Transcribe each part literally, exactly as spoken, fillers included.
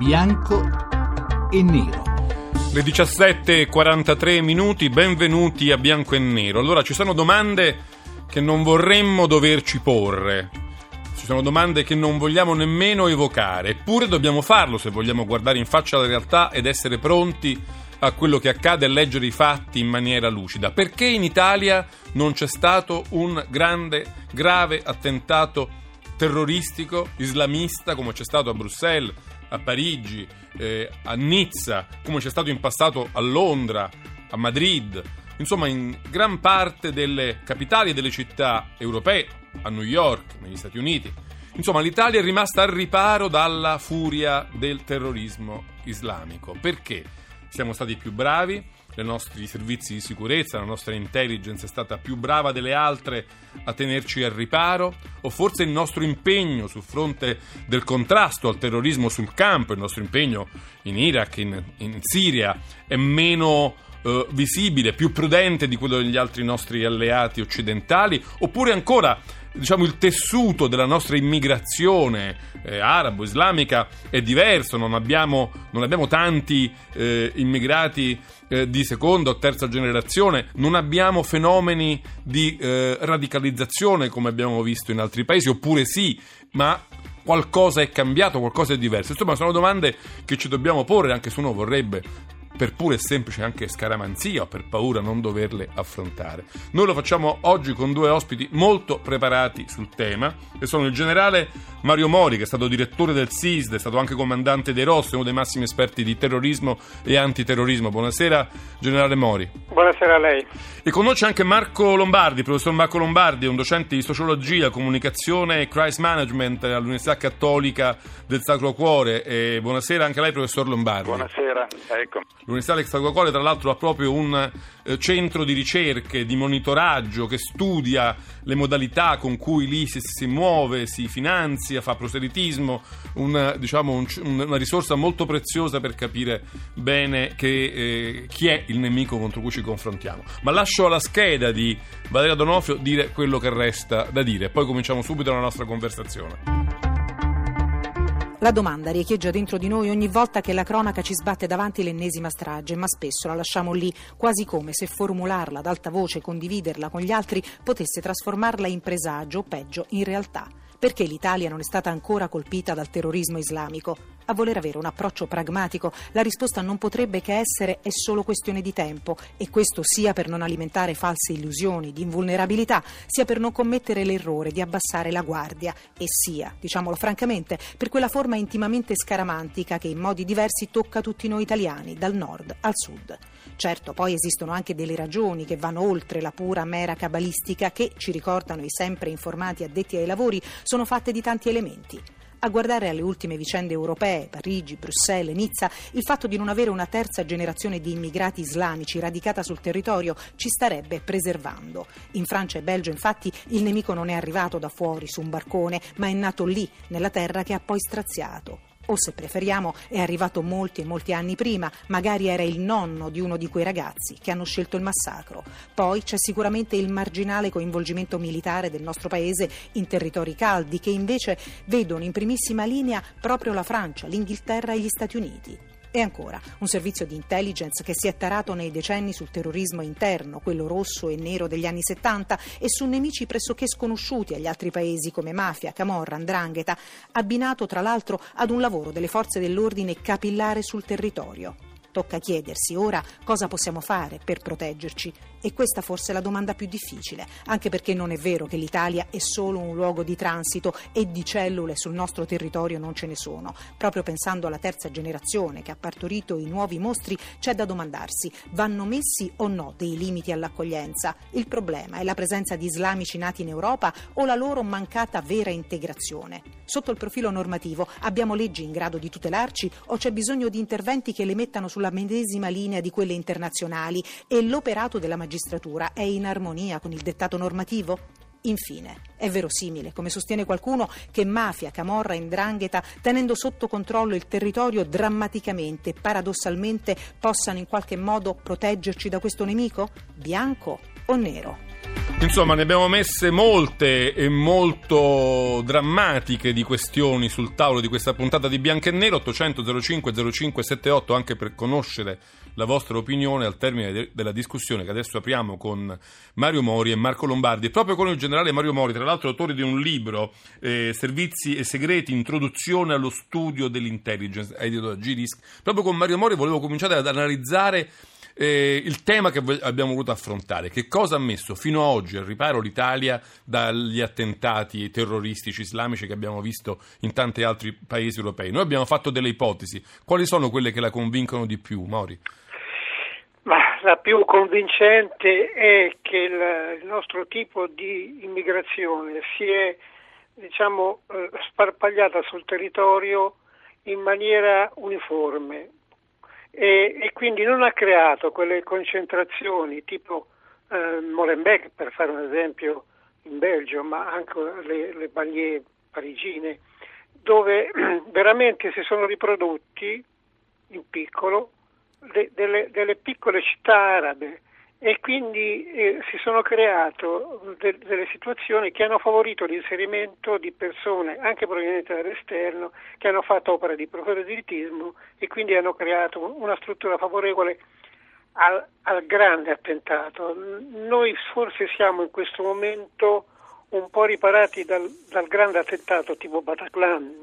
Bianco e nero. Le diciassette e quarantatré minuti, benvenuti a Bianco e Nero. Allora, ci sono domande che non vorremmo doverci porre, ci sono domande che non vogliamo nemmeno evocare, eppure dobbiamo farlo se vogliamo guardare in faccia la realtà ed essere pronti a quello che accade e leggere i fatti in maniera lucida. Perché in Italia non c'è stato un grande, grave attentato terroristico islamista come c'è stato a Bruxelles, a Parigi, eh, a Nizza, come c'è stato in passato a Londra, a Madrid, insomma in gran parte delle capitali e delle città europee, a New York, negli Stati Uniti. Insomma, l'Italia è rimasta al riparo dalla furia del terrorismo islamico. Perché? Siamo stati più bravi, i nostri servizi di sicurezza, la nostra intelligence è stata più brava delle altre a tenerci al riparo, o forse il nostro impegno sul fronte del contrasto al terrorismo sul campo, il nostro impegno in Iraq, in, in Siria è meno eh, visibile, più prudente di quello degli altri nostri alleati occidentali, oppure ancora diciamo il tessuto della nostra immigrazione eh, arabo-islamica è diverso, non abbiamo, non abbiamo tanti eh, immigrati eh, di seconda o terza generazione, non abbiamo fenomeni di eh, radicalizzazione come abbiamo visto in altri paesi, oppure sì, ma qualcosa è cambiato, qualcosa è diverso. Insomma, sono domande che ci dobbiamo porre, anche se uno vorrebbe per pura e semplice anche scaramanzia o per paura non doverle affrontare. Noi lo facciamo oggi con due ospiti molto preparati sul tema, che sono il generale Mario Mori, che è stato direttore del S I S D, è stato anche comandante dei Rossi, uno dei massimi esperti di terrorismo e antiterrorismo. Buonasera generale Mori. Buonasera a lei. E con noi c'è anche Marco Lombardi, professor Marco Lombardi, è un docente di sociologia, comunicazione e crisis management all'Università Cattolica del Sacro Cuore. E buonasera anche a lei, professor Lombardi. Buonasera, ecco. L'Università del Sacro Cuore, tra l'altro, ha proprio un eh, centro di ricerche, di monitoraggio che studia le modalità con cui l'ISIS si muove, si finanzia, fa proselitismo, un, diciamo, un, una risorsa molto preziosa per capire bene che, eh, chi è il nemico contro cui ci confrontiamo. Ma lascio alla scheda di Valeria Donofrio dire quello che resta da dire, poi cominciamo subito la nostra conversazione. La domanda riecheggia dentro di noi ogni volta che la cronaca ci sbatte davanti l'ennesima strage, ma spesso la lasciamo lì, quasi come se formularla ad alta voce, condividerla con gli altri, potesse trasformarla in presagio o peggio in realtà. Perché l'Italia non è stata ancora colpita dal terrorismo islamico? A voler avere un approccio pragmatico, la risposta non potrebbe che essere è solo questione di tempo, e questo sia per non alimentare false illusioni di invulnerabilità, sia per non commettere l'errore di abbassare la guardia, e sia, diciamolo francamente, per quella forma intimamente scaramantica che in modi diversi tocca tutti noi italiani, dal nord al sud. Certo, poi esistono anche delle ragioni che vanno oltre la pura mera cabalistica che, ci ricordano i sempre informati addetti ai lavori, sono fatte di tanti elementi. A guardare alle ultime vicende europee, Parigi, Bruxelles, Nizza, il fatto di non avere una terza generazione di immigrati islamici radicata sul territorio ci starebbe preservando. In Francia e Belgio, infatti, il nemico non è arrivato da fuori su un barcone, ma è nato lì, nella terra che ha poi straziato. O, se preferiamo, è arrivato molti e molti anni prima, magari era il nonno di uno di quei ragazzi che hanno scelto il massacro. Poi c'è sicuramente il marginale coinvolgimento militare del nostro paese in territori caldi, che invece vedono in primissima linea proprio la Francia, l'Inghilterra e gli Stati Uniti. E ancora, un servizio di intelligence che si è tarato nei decenni sul terrorismo interno, quello rosso e nero degli anni settanta, e su nemici pressoché sconosciuti agli altri paesi come mafia, camorra, 'ndrangheta, abbinato tra l'altro ad un lavoro delle forze dell'ordine capillare sul territorio. Tocca chiedersi ora cosa possiamo fare per proteggerci, e questa forse è la domanda più difficile, anche perché non è vero che l'Italia è solo un luogo di transito e di cellule sul nostro territorio non ce ne sono. Proprio pensando alla terza generazione che ha partorito i nuovi mostri, c'è da domandarsi: vanno messi o no dei limiti all'accoglienza? Il problema è la presenza di islamici nati in Europa o la loro mancata vera integrazione? Sotto il profilo normativo abbiamo leggi in grado di tutelarci o c'è bisogno di interventi che le mettano sulla medesima linea di quelle internazionali, e l'operato della magistratura è in armonia con il dettato normativo? Infine, è verosimile, come sostiene qualcuno, che mafia, camorra e 'ndrangheta, tenendo sotto controllo il territorio drammaticamente, paradossalmente, possano in qualche modo proteggerci da questo nemico? Bianco o nero? Insomma, ne abbiamo messe molte e molto drammatiche di questioni sul tavolo di questa puntata di Bianco e Nero. Ottocento zero cinque zero cinque settantotto, anche per conoscere la vostra opinione al termine de- della discussione che adesso apriamo con Mario Mori e Marco Lombardi, e proprio con il generale Mario Mori, tra l'altro autore di un libro, eh, Servizi e Segreti, introduzione allo studio dell'intelligence, edito da G-Risk. Proprio con Mario Mori volevo cominciare ad analizzare Eh, il tema che abbiamo voluto affrontare: che cosa ha messo fino ad oggi al riparo l'Italia dagli attentati terroristici islamici che abbiamo visto in tanti altri paesi europei. Noi abbiamo fatto delle ipotesi. Quali sono quelle che la convincono di più, Mori? Ma la più convincente è che il, il nostro tipo di immigrazione si è, diciamo, eh, sparpagliata sul territorio in maniera uniforme. E, e quindi non ha creato quelle concentrazioni tipo eh, Molenbeek, per fare un esempio, in Belgio, ma anche le, le banlieue parigine, dove veramente si sono riprodotti in piccolo de, delle, delle piccole città arabe, e quindi eh, si sono creato de, delle situazioni che hanno favorito l'inserimento di persone anche provenienti dall'esterno, che hanno fatto opera di proselitismo e quindi hanno creato una struttura favorevole al, al grande attentato. Noi forse siamo in questo momento un po' riparati dal, dal grande attentato tipo Bataclan,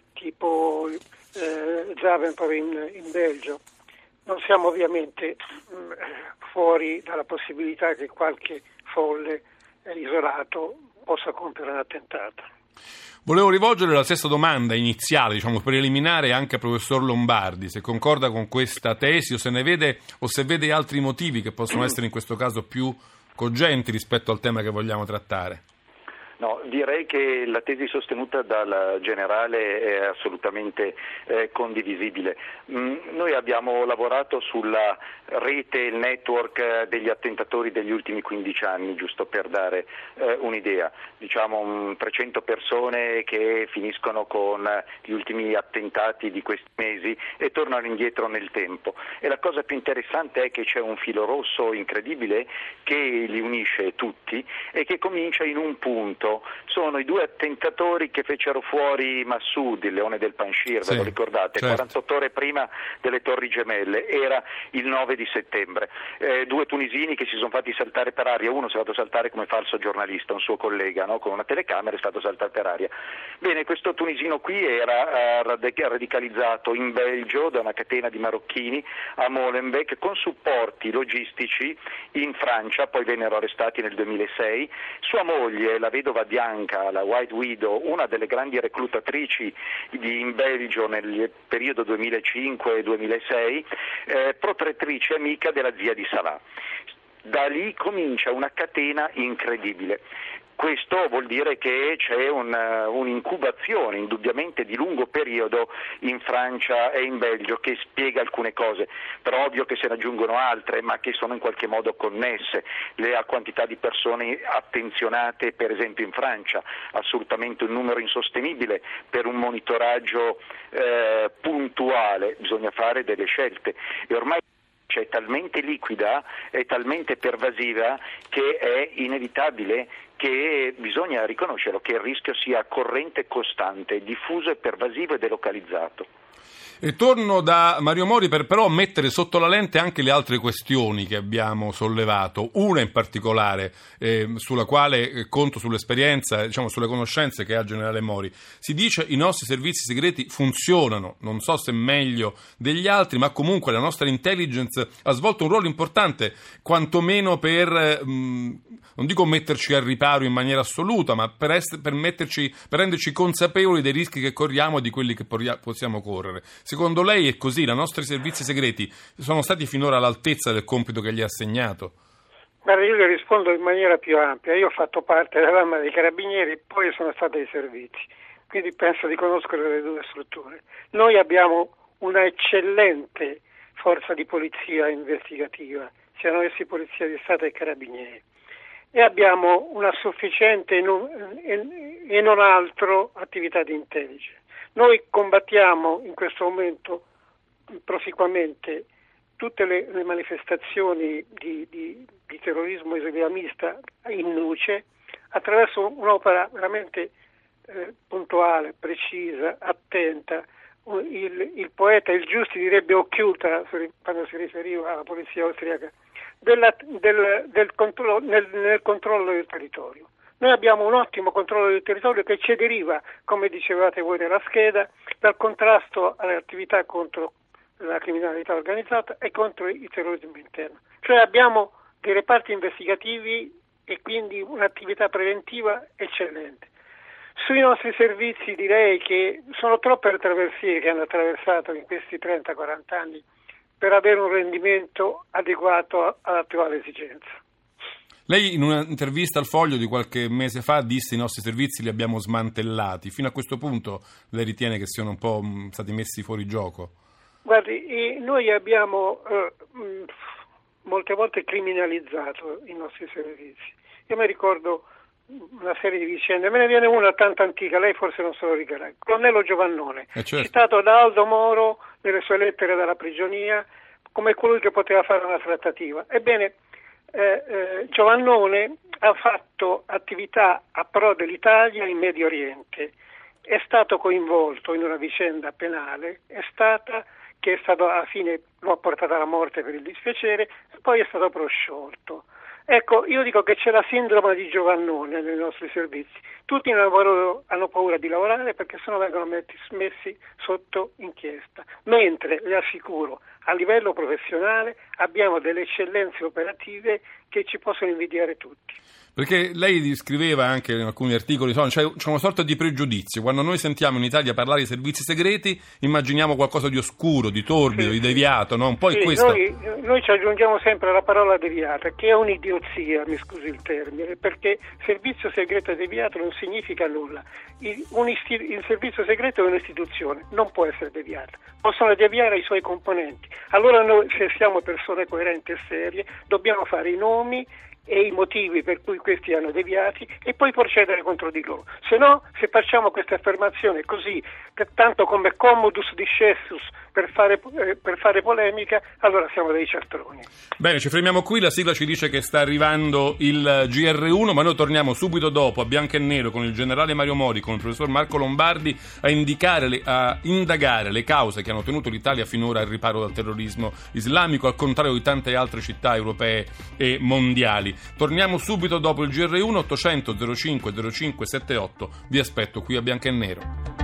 tipo eh, Zaventem in, in Belgio. Non siamo ovviamente mh, fuori dalla possibilità che qualche folle eh, isolato possa compiere un attentato. Volevo rivolgere la stessa domanda iniziale, diciamo preliminare, anche al professor Lombardi, se concorda con questa tesi o se ne vede o se vede altri motivi che possono essere in questo caso più cogenti rispetto al tema che vogliamo trattare. No, direi che la tesi sostenuta dal generale è assolutamente eh, condivisibile. Mm, noi abbiamo lavorato sulla rete, il network degli attentatori degli ultimi quindici anni, giusto per dare eh, un'idea. Diciamo um, trecento persone che finiscono con gli ultimi attentati di questi mesi e tornano indietro nel tempo. E la cosa più interessante è che c'è un filo rosso incredibile che li unisce tutti e che comincia in un punto. Sono i due attentatori che fecero fuori Massoud, il leone del Panjshir, sì, ve lo ricordate? Certo. quarantotto ore prima delle Torri Gemelle, era il nove di settembre. Eh, due tunisini che si sono fatti saltare per aria, uno si è fatto saltare come falso giornalista, un suo collega, no? Con una telecamera è stato saltato per aria. Bene, questo tunisino qui era eh, radicalizzato in Belgio da una catena di marocchini a Molenbeek con supporti logistici in Francia, poi vennero arrestati nel duemilasei. Sua moglie, la vedova Bianca, la White Widow, una delle grandi reclutatrici di, in Belgio nel periodo duemilacinque duemilasei, eh, protettrice amica della zia di Salah. Da lì comincia una catena incredibile. Questo vuol dire che c'è un, un'incubazione indubbiamente di lungo periodo in Francia e in Belgio che spiega alcune cose, però ovvio che se ne aggiungono altre ma che sono in qualche modo connesse. La quantità di persone attenzionate per esempio in Francia, assolutamente un numero insostenibile per un monitoraggio eh, puntuale, bisogna fare delle scelte e ormai è talmente liquida, è talmente pervasiva che è inevitabile che bisogna riconoscerlo che il rischio sia corrente, costante, diffuso e pervasivo e delocalizzato. E torno da Mario Mori per però mettere sotto la lente anche le altre questioni che abbiamo sollevato, una in particolare eh, sulla quale eh, conto sull'esperienza, diciamo sulle conoscenze che ha il generale Mori. Si dice i nostri servizi segreti funzionano, non so se meglio degli altri, ma comunque la nostra intelligence ha svolto un ruolo importante, quantomeno per, eh, mh, non dico metterci al riparo in maniera assoluta, ma per, essere, per, metterci, per renderci consapevoli dei rischi che corriamo e di quelli che possiamo correre. Secondo lei è così? I nostri servizi segreti sono stati finora all'altezza del compito che gli ha assegnato? Guarda, io le rispondo in maniera più ampia. Io ho fatto parte dell'arma dei carabinieri e poi sono stato ai servizi, quindi penso di conoscere le due strutture. Noi abbiamo una eccellente forza di polizia investigativa, siano essi polizia di Stato e carabinieri, e abbiamo una sufficiente e non, e non altro attività di intelligence. Noi combattiamo in questo momento proficuamente tutte le, le manifestazioni di, di, di terrorismo islamista in nuce attraverso un'opera veramente eh, puntuale, precisa, attenta. Il, il poeta Il Giusti direbbe occhiuta quando si riferiva alla polizia austriaca della, del, del controllo, nel, nel controllo del territorio. Noi abbiamo un ottimo controllo del territorio che ci deriva, come dicevate voi nella scheda, dal contrasto alle attività contro la criminalità organizzata e contro il terrorismo interno. Cioè abbiamo dei reparti investigativi e quindi un'attività preventiva eccellente. Sui nostri servizi direi che sono troppe le traversie che hanno attraversato in questi trenta quaranta anni per avere un rendimento adeguato all'attuale esigenza. Lei in un'intervista al Foglio di qualche mese fa disse i nostri servizi li abbiamo smantellati. Fino a questo punto lei ritiene che siano un po' stati messi fuori gioco? Guardi, noi abbiamo eh, molte volte criminalizzato i nostri servizi. Io mi ricordo una serie di vicende, me ne viene una tanto antica, lei forse non se lo ricorda, Colonnello Giovannone, eh certo. citato da Aldo Moro nelle sue lettere dalla prigionia come colui che poteva fare una trattativa. Ebbene, eh, eh, Giovannone ha fatto attività a pro dell'Italia in Medio Oriente, è stato coinvolto in una vicenda penale, è stata che è stato alla fine lo ha portato alla morte per il dispiacere e poi è stato prosciolto. Ecco, io dico che c'è la sindrome di Giovannone nei nostri servizi. Tutti hanno paura di lavorare perché sennò vengono messi sotto inchiesta. Mentre, le assicuro, a livello professionale abbiamo delle eccellenze operative che ci possono invidiare tutti. Perché lei scriveva anche in alcuni articoli, c'è, c'è una sorta di pregiudizio. Quando noi sentiamo in Italia parlare di servizi segreti, immaginiamo qualcosa di oscuro, di torbido, sì, di deviato, no? Un po' sì, questo. Noi, noi ci aggiungiamo sempre la parola deviata, che è un'idiozia, mi scusi il termine, perché servizio segreto e deviato non significa nulla. Il, un isti, il servizio segreto è un'istituzione, non può essere deviata. Possono deviare i suoi componenti. Allora noi, se siamo persone coerenti e serie, dobbiamo fare i nomi e i motivi per cui questi hanno deviati e poi procedere contro di loro. Se no, se facciamo questa affermazione così, tanto come commodus discessus per fare, eh, per fare polemica, allora siamo dei cialtroni. Bene, ci fermiamo qui, la sigla ci dice che sta arrivando il G R uno, ma noi torniamo subito dopo a Bianco e Nero con il generale Mario Mori, con il professor Marco Lombardi a, indicare le, a indagare le cause che hanno tenuto l'Italia finora al riparo dal terrorismo islamico, al contrario di tante altre città europee e mondiali. Torniamo subito dopo il G R uno. Ottocento zero cinque zero cinque settantotto, vi aspetto qui a Bianco e Nero.